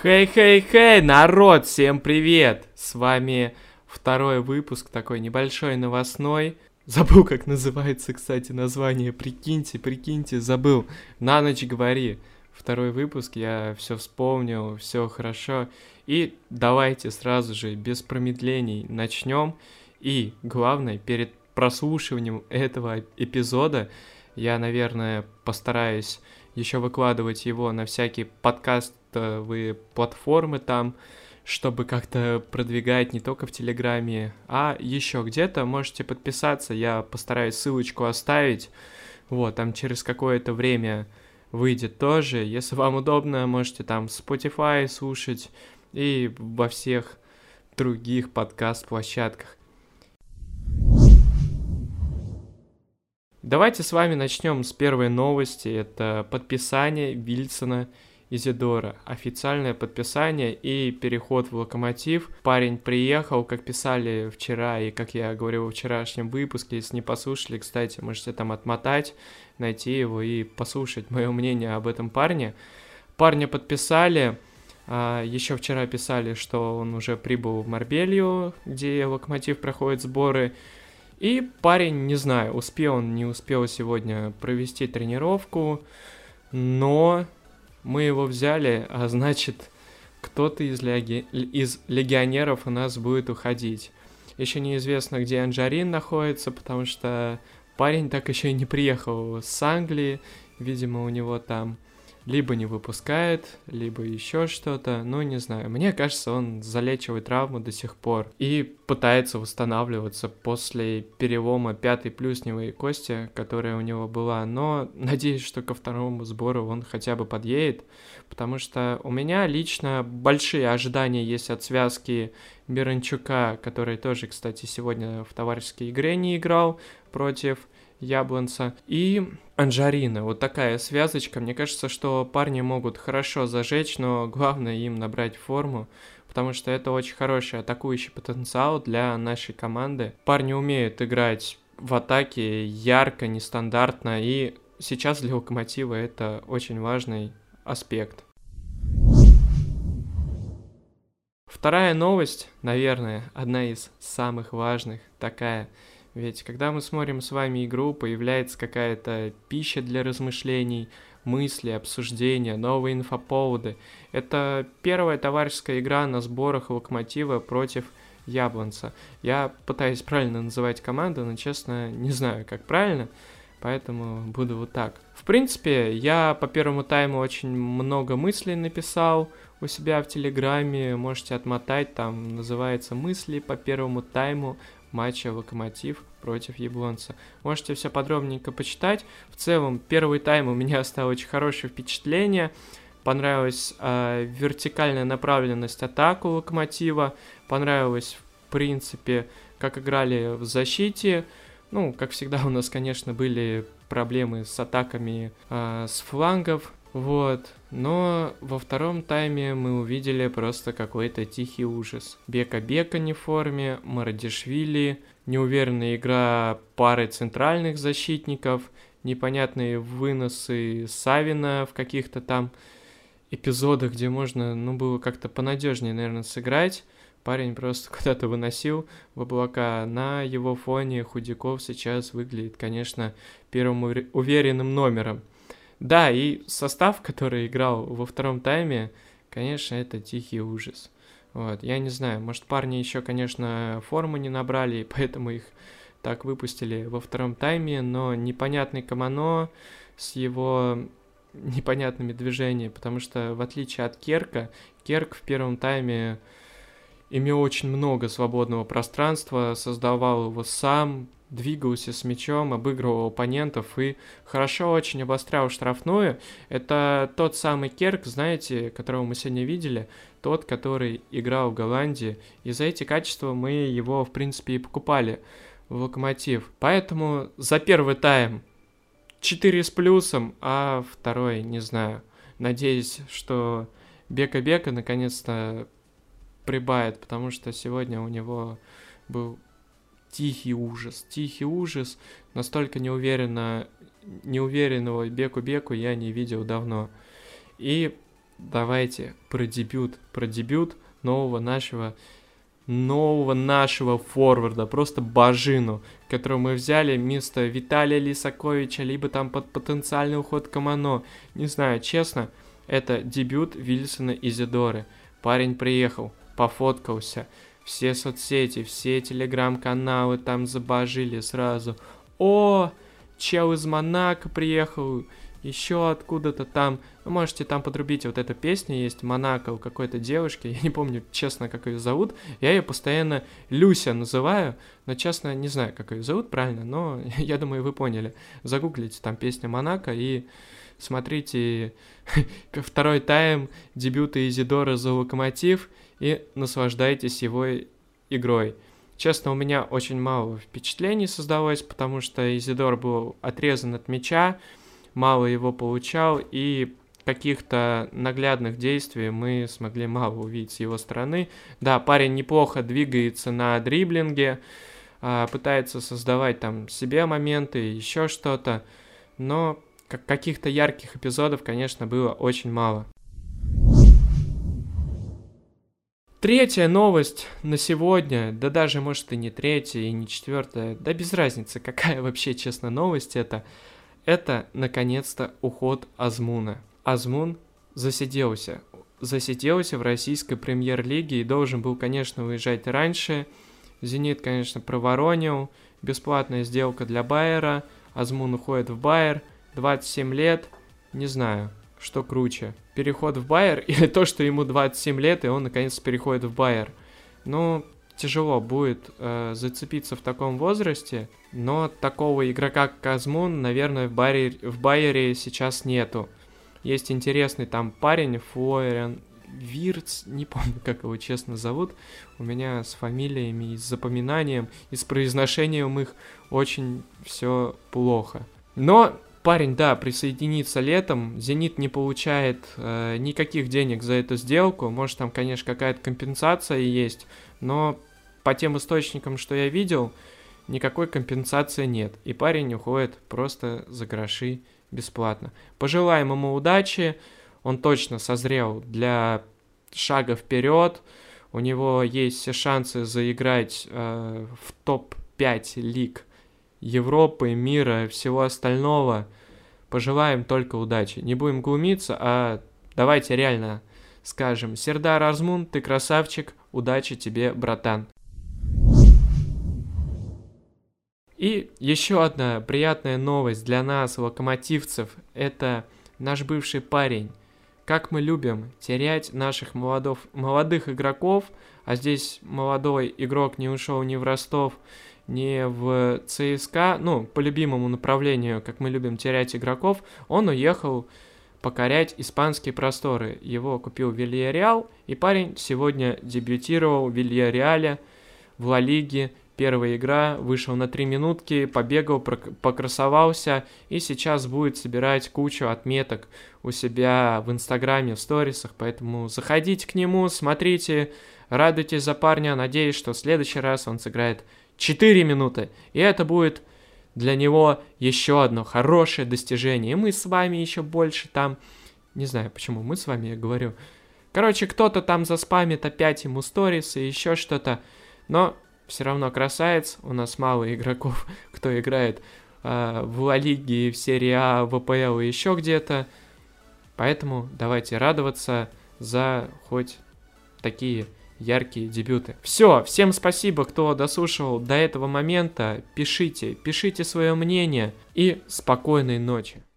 Хей, народ, всем привет! С вами второй выпуск, такой небольшой новостной. Забыл, как называется, кстати, название. Прикиньте, забыл. На ночь говори. Второй выпуск, я все вспомнил, все хорошо. И давайте сразу же, без промедлений, начнем. И главное, перед прослушиванием этого эпизода я, наверное, постараюсь еще выкладывать его на всякие подкастовые платформы там, чтобы как-то продвигать не только в Телеграме, а еще где-то. Можете подписаться, я постараюсь ссылочку оставить. Вот, там через какое-то время выйдет тоже. Если вам удобно, можете там Spotify слушать и во всех других подкаст-площадках. Давайте с вами начнем с первой новости. Это подписание Вильсона Изидора. Официальное подписание и переход в Локомотив. Парень приехал, как писали вчера, и как я говорил в вчерашнем выпуске. Если не послушали, кстати, можете там отмотать, найти его и послушать мое мнение об этом парне. Парня подписали. Еще вчера писали, что он уже прибыл в Марбелью, где Локомотив проходит сборы. И парень, не знаю, успел он, не успел сегодня провести тренировку, но мы его взяли, а значит, кто-то из легионеров у нас будет уходить. Еще неизвестно, где Анжарин находится, потому что парень так еще и не приехал с Англии, видимо, у него там либо не выпускает, либо еще что-то, ну, не знаю. Мне кажется, он залечивает травму до сих пор и пытается восстанавливаться после перелома пятой плюсневой кости, которая у него была, но надеюсь, что ко второму сбору он хотя бы подъедет, потому что у меня лично большие ожидания есть от связки Миранчука, который тоже, кстати, сегодня в товарищеской игре не играл против Яблонца, и Анжарина. Вот такая связочка. Мне кажется, что парни могут хорошо зажечь, но главное им набрать форму, потому что это очень хороший атакующий потенциал для нашей команды. Парни умеют играть в атаке ярко, нестандартно, и сейчас для Локомотива это очень важный аспект. Вторая новость, наверное, одна из самых важных, такая. Ведь когда мы смотрим с вами игру, появляется какая-то пища для размышлений, мысли, обсуждения, новые инфоповоды. Это первая товарищеская игра на сборах Локомотива против Яблонца. Я пытаюсь правильно называть команду, но, честно, не знаю, как правильно, поэтому буду вот так. В принципе, я по первому тайму очень много мыслей написал у себя в Телеграме, можете отмотать, там называется «Мысли по первому тайму матча Локомотив против Яблонца». Можете все подробненько почитать. В целом, первый тайм у меня оставил очень хорошее впечатление. Понравилась вертикальная направленность атаку Локомотива. Понравилось, в принципе, как играли в защите. Ну, как всегда, у нас, конечно, были проблемы с атаками с флангов. Вот, но во втором тайме мы увидели просто какой-то тихий ужас. Бека не в форме, Марадишвили, неуверенная игра пары центральных защитников, непонятные выносы Савина в каких-то там эпизодах, где можно, было как-то понадежнее, наверное, сыграть. Парень просто куда-то выносил в облака. На его фоне Худяков сейчас выглядит, конечно, первым уверенным номером. Да, и состав, который играл во втором тайме, конечно, это тихий ужас. Вот, я не знаю, может, парни еще, конечно, форму не набрали, и поэтому их так выпустили во втором тайме, но непонятный Камано с его непонятными движениями, потому что, в отличие от Керка, Керк в первом тайме имел очень много свободного пространства, создавал его сам, двигался с мячом, обыгрывал оппонентов и хорошо очень обострял штрафную. Это тот самый Керк, знаете, которого мы сегодня видели, тот, который играл в Голландии. И за эти качества мы его, в принципе, и покупали в Локомотив. Поэтому за первый тайм 4 с плюсом, а второй, не знаю. Надеюсь, что Бека наконец-то прибавит, потому что сегодня у него был тихий ужас, настолько неуверенного Беку я не видел давно. И давайте про дебют нового нашего форварда, просто божину, которую мы взяли вместо Виталия Лисаковича, либо там под потенциальный уход Камано. Не знаю, честно, это дебют Вильсона Изидоры. Парень приехал, пофоткался, все соцсети, все телеграм-каналы там забожили сразу. О, чел из Монако приехал, еще откуда-то там. Вы можете там подрубить, вот эта песня есть, Монако, у какой-то девушки, я не помню, честно, как ее зовут. Я ее постоянно Люся называю, но, честно, не знаю, как ее зовут правильно, но я думаю, вы поняли. Загуглите там песня Монако и смотрите второй тайм дебюта Изидора за Локомотив и наслаждайтесь его игрой. Честно, у меня очень мало впечатлений создалось, потому что Изидор был отрезан от мяча, мало его получал, и каких-то наглядных действий мы смогли мало увидеть с его стороны. Да, парень неплохо двигается на дриблинге, пытается создавать там себе моменты, еще что-то, но каких-то ярких эпизодов, конечно, было очень мало. Третья новость на сегодня, да даже, может, и не третья, и не четвертая, да без разницы, какая вообще, честно, новость это наконец-то, уход Азмуна. Азмун засиделся в российской премьер-лиге и должен был, конечно, уезжать раньше. «Зенит», конечно, проворонил, бесплатная сделка для Байера, Азмун уходит в Байер, 27 лет, не знаю, что круче, переход в Байер или то, что ему 27 лет и он наконец-то переходит в Байер. Ну, тяжело будет зацепиться в таком возрасте, но такого игрока, как Азмун, наверное, в Байере сейчас нету. Есть интересный там парень, Флориан Вирц, не помню, как его честно зовут. У меня с фамилиями и с запоминанием, и с произношением их очень все плохо. Но парень, да, присоединится летом. «Зенит» не получает никаких денег за эту сделку. Может, там, конечно, какая-то компенсация есть, но по тем источникам, что я видел, никакой компенсации нет. И парень уходит просто за гроши бесплатно. Пожелаем ему удачи. Он точно созрел для шага вперед. У него есть все шансы заиграть в топ-5 лиг Европы, мира, всего остального. Пожелаем только удачи. Не будем глумиться, а давайте реально скажем: Сердар Азмун, ты красавчик, удачи тебе, братан. И еще одна приятная новость для нас, локомотивцев, это наш бывший парень. Как мы любим терять наших молодых игроков, а здесь молодой игрок не ушел ни в Ростов, ни в ЦСКА, ну, по любимому направлению, как мы любим терять игроков, он уехал покорять испанские просторы. Его купил Вильярреал, и парень сегодня дебютировал в Вильярреале в Ла Лиге. Первая игра, вышел на 3 минутки, побегал, покрасовался и сейчас будет собирать кучу отметок у себя в Инстаграме, в сторисах, поэтому заходите к нему, смотрите, радуйтесь за парня, надеюсь, что в следующий раз он сыграет 4 минуты, и это будет для него еще одно хорошее достижение, и мы с вами еще больше там, не знаю, почему мы с вами, я говорю, короче, кто-то там заспамит опять ему сторис и еще что-то, но все равно красавец, у нас мало игроков, кто играет в Ла Лиге, в Серии А, в АПЛ и еще где-то. Поэтому давайте радоваться за хоть такие яркие дебюты. Все, всем спасибо, кто дослушал до этого момента. Пишите свое мнение и спокойной ночи.